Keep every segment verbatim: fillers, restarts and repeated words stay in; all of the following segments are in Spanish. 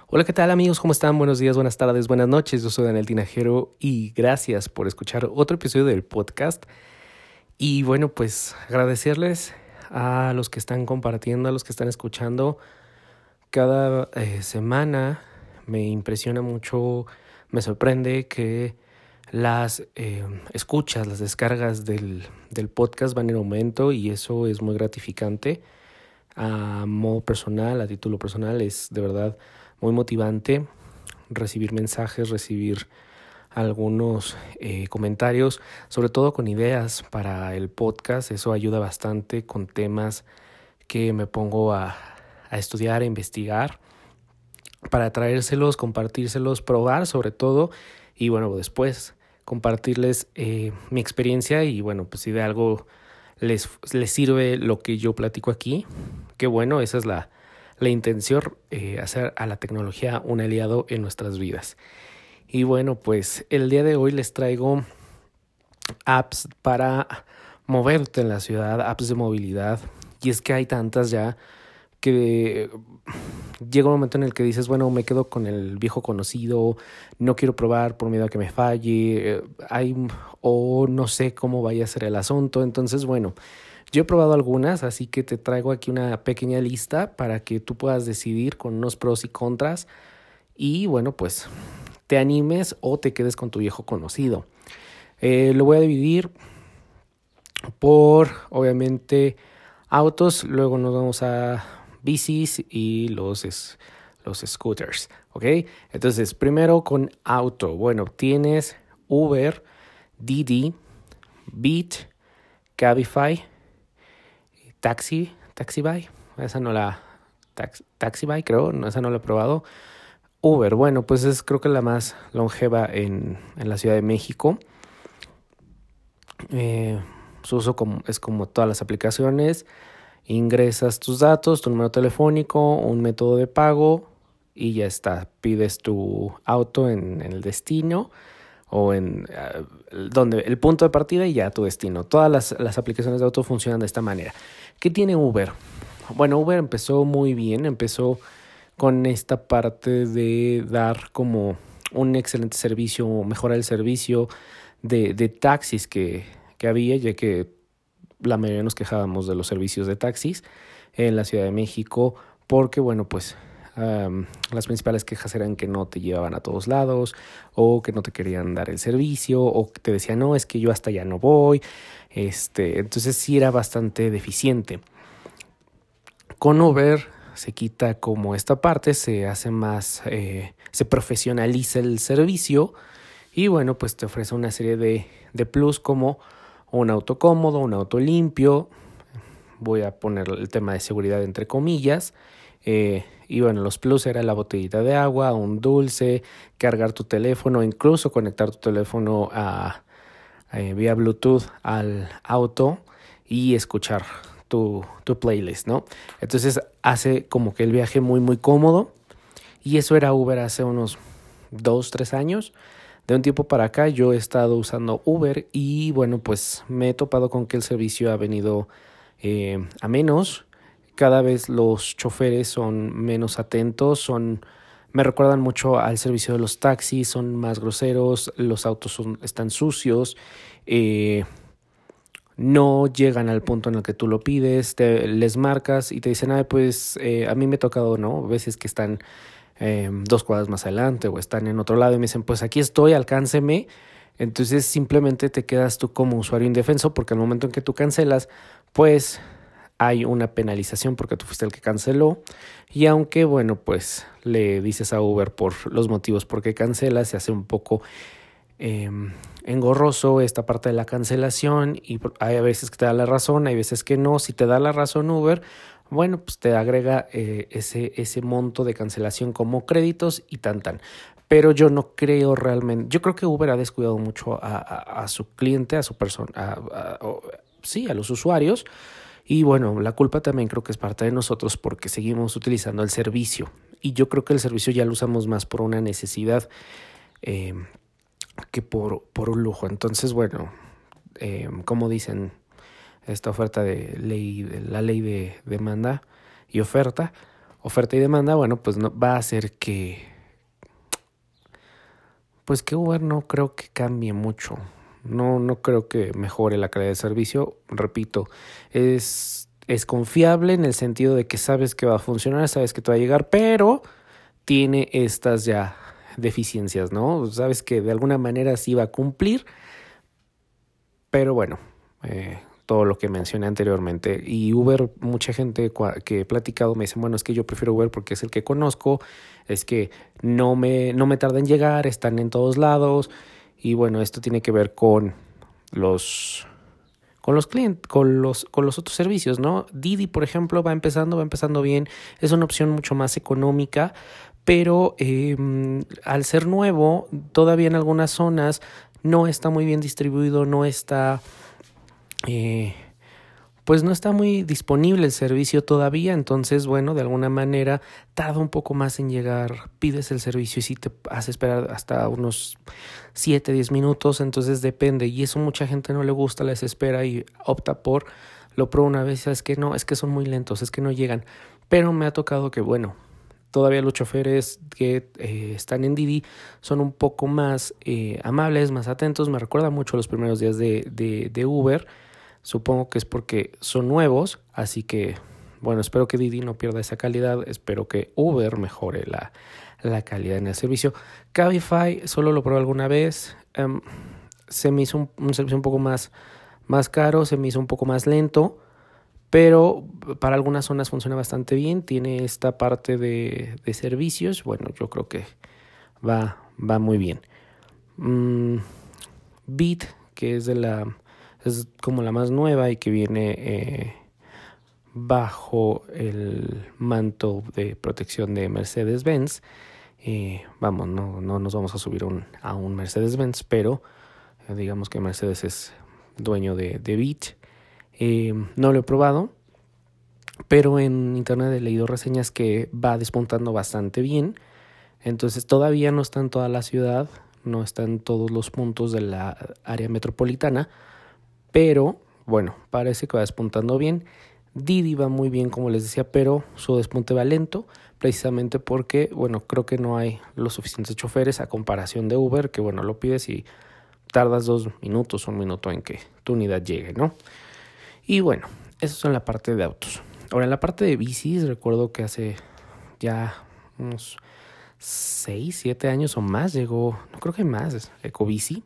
Hola, ¿qué tal amigos? ¿Cómo están? Buenos días, buenas tardes, buenas noches. Yo soy Daniel Tinajero y gracias por escuchar otro episodio del podcast. Y bueno, pues agradecerles a los que están compartiendo, a los que están escuchando. Cada eh, semana me impresiona mucho, me sorprende que las eh, escuchas, las descargas del, del podcast van en aumento y eso es muy gratificante. A modo personal, a título personal, es de verdad muy motivante recibir mensajes, recibir algunos eh, comentarios, sobre todo con ideas para el podcast. Eso ayuda bastante con temas que me pongo a, a estudiar, a investigar, para traérselos, compartírselos, probar sobre todo y bueno, después compartirles eh, mi experiencia y bueno, pues si de algo les, les sirve lo que yo platico aquí, qué bueno, esa es la, la intención, eh, hacer a la tecnología un aliado en nuestras vidas. Y bueno, pues el día de hoy les traigo apps para moverte en la ciudad, apps de movilidad, y es que hay tantas ya que llega un momento en el que dices, bueno, me quedo con el viejo conocido, no quiero probar por miedo a que me falle, eh, hay, o no sé cómo vaya a ser el asunto. Entonces, bueno, yo he probado algunas, así que te traigo aquí una pequeña lista para que tú puedas decidir con unos pros y contras y bueno, pues te animes o te quedes con tu viejo conocido. Eh, lo voy a dividir por, obviamente, autos, luego nos vamos a bicis y los, es, los scooters, ¿ok? Entonces, primero con auto. Bueno, tienes Uber, Didi, Beat, Cabify, Taxi, Taxify, esa no la, tax, Taxify creo, no, esa no la he probado. Uber, bueno, pues es creo que la más longeva en, en la Ciudad de México. Eh, su uso como, es como todas las aplicaciones. Ingresas tus datos, tu número telefónico, un método de pago y ya está. Pides tu auto en, en el destino o en uh, donde el punto de partida y ya tu destino. Todas las, las aplicaciones de auto funcionan de esta manera. ¿Qué tiene Uber? Bueno, Uber empezó muy bien, empezó con esta parte de dar como un excelente servicio, mejorar el servicio de, de taxis que, que había, ya que la mayoría nos quejábamos de los servicios de taxis en la Ciudad de México porque, bueno, pues um, las principales quejas eran que no te llevaban a todos lados o que no te querían dar el servicio o que te decían, no, es que yo hasta allá no voy. Este, entonces sí era bastante deficiente. Con Uber se quita como esta parte, se hace más, eh, se profesionaliza el servicio y, bueno, pues te ofrece una serie de, de plus como un auto cómodo, un auto limpio. Voy a poner el tema de seguridad entre comillas. Eh, y bueno, los plus era la botellita de agua, un dulce, cargar tu teléfono, incluso conectar tu teléfono a, a vía Bluetooth al auto y escuchar tu, tu playlist, ¿no? Entonces hace como que el viaje muy, muy cómodo. Y eso era Uber hace unos dos, tres años. De un tiempo para acá yo he estado usando Uber y bueno, pues me he topado con que el servicio ha venido eh, a menos. Cada vez los choferes son menos atentos, son, me recuerdan mucho al servicio de los taxis, son más groseros, los autos son, están sucios, eh, no llegan al punto en el que tú lo pides, te, les marcas y te dicen, ah, pues eh, a mí me ha tocado, ¿no? Veces que están Eh, dos cuadras más adelante o están en otro lado y me dicen, pues aquí estoy, alcánceme. Entonces simplemente te quedas tú como usuario indefenso porque al momento en que tú cancelas, pues hay una penalización porque tú fuiste el que canceló. Y aunque, bueno, pues le dices a Uber por los motivos por qué cancelas, se hace un poco eh, engorroso esta parte de la cancelación y hay veces que te da la razón, hay veces que no. Si te da la razón Uber, bueno, pues te agrega eh, ese, ese monto de cancelación como créditos y tan tan. Pero yo no creo realmente, yo creo que Uber ha descuidado mucho a, a, a su cliente, a su persona, a, a, a, sí, a los usuarios. Y bueno, la culpa también creo que es parte de nosotros porque seguimos utilizando el servicio. Y yo creo que el servicio ya lo usamos más por una necesidad eh, que por, por un lujo. Entonces, bueno, eh, como dicen, esta oferta de ley, de la ley de demanda y oferta, oferta y demanda, bueno, pues no, va a hacer que, pues que Uber no creo que cambie mucho. No, no creo que mejore la calidad de servicio. Repito, es, es confiable en el sentido de que sabes que va a funcionar, sabes que te va a llegar, pero tiene estas ya deficiencias, ¿no? Sabes que de alguna manera sí va a cumplir, pero bueno, eh, todo lo que mencioné anteriormente. Y Uber, mucha gente que he platicado me dice, bueno, es que yo prefiero Uber porque es el que conozco, es que no me, no me tarda en llegar, están en todos lados. Y bueno, esto tiene que ver con los con los clientes, con los con los otros servicios, ¿no? Didi, por ejemplo, va empezando, va empezando bien, es una opción mucho más económica, pero eh, al ser nuevo, todavía en algunas zonas no está muy bien distribuido, no está eh, pues no está muy disponible el servicio todavía, entonces, bueno, de alguna manera tarda un poco más en llegar, pides el servicio y sí te hace esperar hasta unos siete, diez minutos, entonces depende, y eso mucha gente no le gusta, les espera y opta por, lo pruebo una vez, es que no, es que son muy lentos, es que no llegan, pero me ha tocado que, bueno, todavía los choferes que eh, están en Didi son un poco más eh, amables, más atentos, me recuerda mucho a los primeros días de, de, de Uber. Supongo que es porque son nuevos, así que, bueno, espero que Didi no pierda esa calidad, espero que Uber mejore la, la calidad en el servicio. Cabify solo lo probé alguna vez, um, se me hizo un, un servicio un poco más, más caro, se me hizo un poco más lento, pero para algunas zonas funciona bastante bien, tiene esta parte de, de servicios, bueno, yo creo que va, va muy bien. Um, Bit, que es de la... es como la más nueva y que viene eh, bajo el manto de protección de Mercedes-Benz. Eh, vamos, no, no nos vamos a subir un, a un Mercedes-Benz, pero eh, digamos que Mercedes es dueño de, de Bit. Eh, no lo he probado, pero en internet he leído reseñas que va despuntando bastante bien. Entonces todavía no está en toda la ciudad, no está en todos los puntos de la área metropolitana, pero bueno, parece que va despuntando bien. Didi va muy bien, como les decía, pero su despunte va lento, precisamente porque, bueno, creo que no hay los suficientes choferes a comparación de Uber, que bueno, lo pides y tardas dos minutos, un minuto en que tu unidad llegue, ¿no? Y bueno, eso es en la parte de autos. Ahora, en la parte de bicis, recuerdo que hace ya unos seis, siete años o más llegó, no creo que más, Ecobici.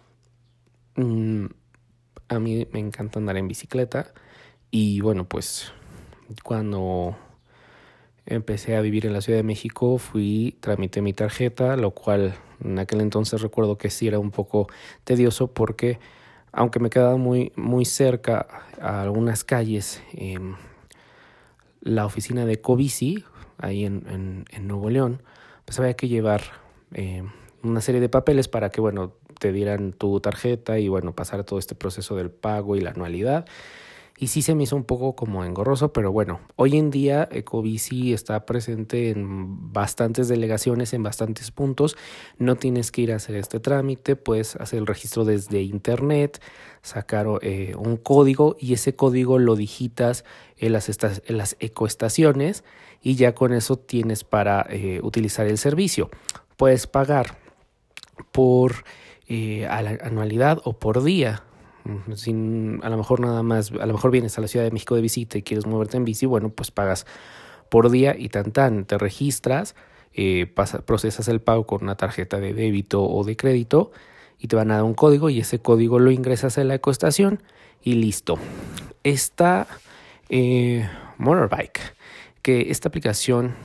Mm, A mí me encanta andar en bicicleta y bueno, pues cuando empecé a vivir en la Ciudad de México fui, tramité mi tarjeta, lo cual en aquel entonces recuerdo que sí era un poco tedioso porque aunque me quedaba muy, muy cerca a algunas calles, eh, la oficina de Ecobici, ahí en, en, en Nuevo León, pues había que llevar eh, una serie de papeles para que, bueno, te dieran tu tarjeta y bueno, pasar todo este proceso del pago y la anualidad. Y sí se me hizo un poco como engorroso, pero bueno, hoy en día Ecobici está presente en bastantes delegaciones, en bastantes puntos. No tienes que ir a hacer este trámite, puedes hacer el registro desde internet, sacar eh, un código y ese código lo digitas en las, esta- en las ecoestaciones y ya con eso tienes para eh, utilizar el servicio. Puedes pagar por eh, a la anualidad o por día. Sin, a lo mejor nada más, a lo mejor vienes a la Ciudad de México de visita y quieres moverte en bici, bueno, pues pagas por día y tan tan, te registras, eh, pasa, procesas el pago con una tarjeta de débito o de crédito y te van a dar un código y ese código lo ingresas a la ecoestación y listo. Esta eh, Motorbike, que esta aplicación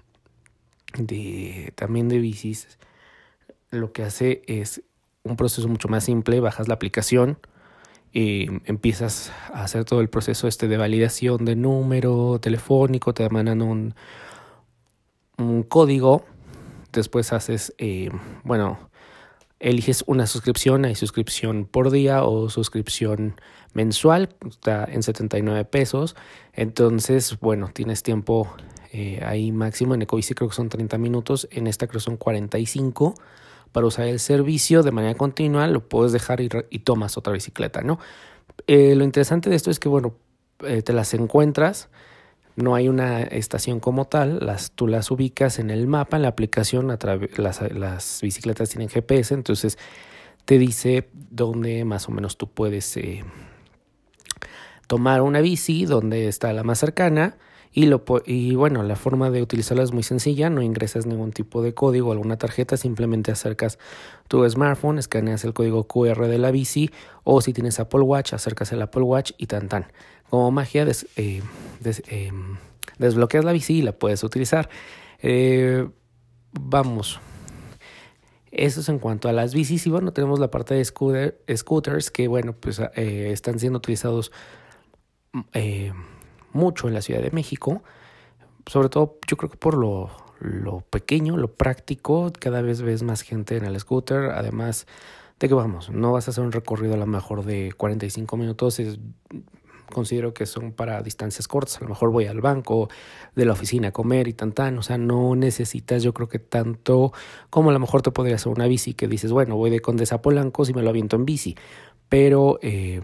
de también de bicis, lo que hace es un proceso mucho más simple, bajas la aplicación, y empiezas a hacer todo el proceso este de validación de número telefónico, te mandan un, un código, después haces, eh, bueno, eliges una suscripción, hay suscripción por día o suscripción mensual, está en setenta y nueve pesos, entonces, bueno, tienes tiempo eh, ahí máximo, en Ecobici creo que son treinta minutos, en esta creo que son cuarenta y cinco para usar el servicio de manera continua, lo puedes dejar y, y tomas otra bicicleta, ¿no? Eh, lo interesante de esto es que, bueno, eh, te las encuentras, No hay una estación como tal, las, tú las ubicas en el mapa, en la aplicación, a través, las, las bicicletas tienen G P S, entonces te dice dónde más o menos tú puedes eh, tomar una bici, dónde está la más cercana. Y, lo, y bueno, la forma de utilizarla es muy sencilla, no ingresas ningún tipo de código o alguna tarjeta, simplemente acercas tu smartphone, escaneas el código Q R de la bici, o si tienes Apple Watch, acercas el Apple Watch y tan tan. Como magia, des, eh, des, eh, desbloqueas la bici y la puedes utilizar. Eh, vamos, eso es en cuanto a las bicis. Y bueno, tenemos la parte de scooter, scooters que bueno, pues eh, están siendo utilizados eh, mucho en la Ciudad de México, sobre todo yo creo que por lo, lo pequeño, lo práctico. Cada vez ves más gente en el scooter, además de que vamos, no vas a hacer un recorrido a lo mejor de cuarenta y cinco minutos, es, considero que son para distancias cortas, a lo mejor voy al banco de la oficina a comer y tan tan, o sea, no necesitas yo creo que tanto como a lo mejor te podría hacer una bici, que dices, bueno, voy de Condesa a Polanco y me lo aviento en bici, pero eh,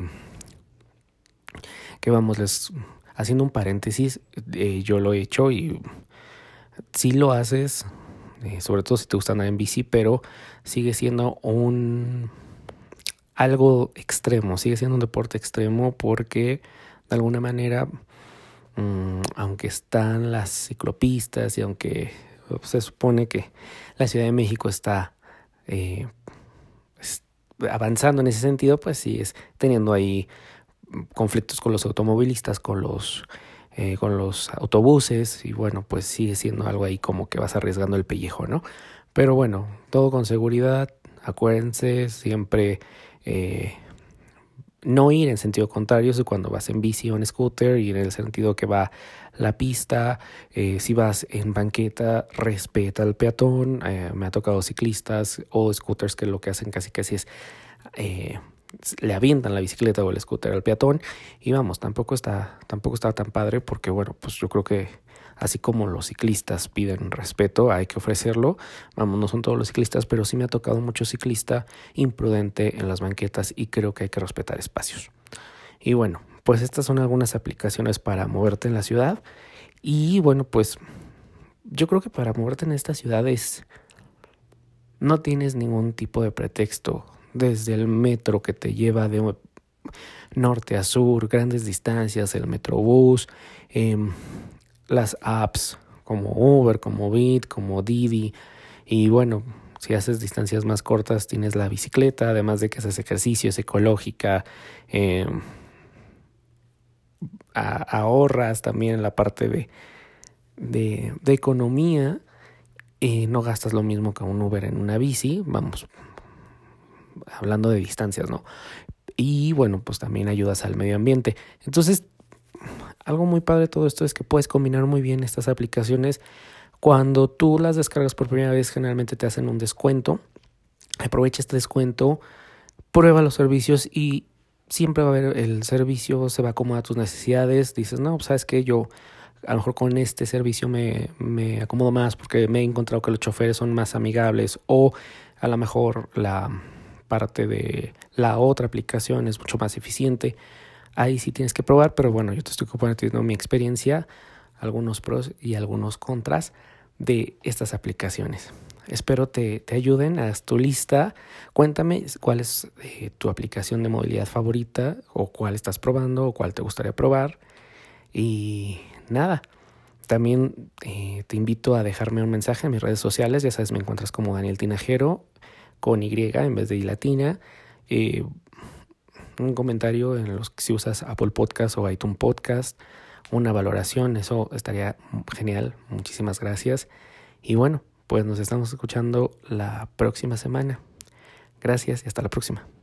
que vamos, les... Haciendo un paréntesis, eh, yo lo he hecho y sí lo haces, eh, sobre todo si te gusta andar en bici, pero sigue siendo un algo extremo, sigue siendo un deporte extremo porque de alguna manera, mmm, aunque están las ciclopistas y aunque se supone que la Ciudad de México está eh, avanzando en ese sentido, pues sí es teniendo ahí conflictos con los automovilistas, con los eh, con los autobuses, y bueno, pues sigue siendo algo ahí como que vas arriesgando el pellejo, ¿no? Pero bueno, todo con seguridad, acuérdense siempre eh, no ir en sentido contrario, si cuando vas en bici o en scooter, ir en el sentido que va la pista. Eh, si vas en banqueta, respeta al peatón. Eh, me ha tocado ciclistas o scooters que lo que hacen casi casi es eh, le avientan la bicicleta o el scooter al peatón, y vamos, tampoco está, tampoco está tan padre, porque bueno, pues yo creo que así como los ciclistas piden respeto, hay que ofrecerlo. Vamos, no son todos los ciclistas, pero sí me ha tocado mucho ciclista imprudente en las banquetas, y creo que hay que respetar espacios. Y bueno, pues estas son algunas aplicaciones para moverte en la ciudad. Y bueno, pues yo creo que para moverte en esta ciudad es, no tienes ningún tipo de pretexto. Desde el metro que te lleva de norte a sur, grandes distancias, el Metrobús, eh, las apps como Uber, como Bit, como Didi, y bueno, si haces distancias más cortas tienes la bicicleta, además de que haces ejercicio, es ecológica, eh, a, ahorras también en la parte de, de, de economía, eh, no gastas lo mismo que un Uber en una bici, vamos, hablando de distancias, ¿no? Y bueno, pues también ayudas al medio ambiente. Entonces, algo muy padre de todo esto es que puedes combinar muy bien estas aplicaciones. Cuando tú las descargas por primera vez, generalmente te hacen un descuento. Aprovecha este descuento, prueba los servicios y siempre va a haber el servicio, se va a acomodar a tus necesidades. Dices, no, pues sabes que yo a lo mejor con este servicio me, me acomodo más porque me he encontrado que los choferes son más amigables, o a lo mejor la parte de la otra aplicación es mucho más eficiente. Ahí sí tienes que probar, pero bueno, yo te estoy compartiendo mi experiencia, algunos pros y algunos contras de estas aplicaciones. Espero te, te ayuden, haz tu lista, cuéntame cuál es eh, tu aplicación de movilidad favorita, o cuál estás probando, o cuál te gustaría probar. Y nada, también eh, te invito a dejarme un mensaje en mis redes sociales. Ya sabes, me encuentras como Daniel Tinajero, con Y en vez de I latina. Eh, un comentario en los si usas Apple Podcast o iTunes Podcast, una valoración, eso estaría genial. Muchísimas gracias. Y bueno, pues nos estamos escuchando la próxima semana. Gracias y hasta la próxima.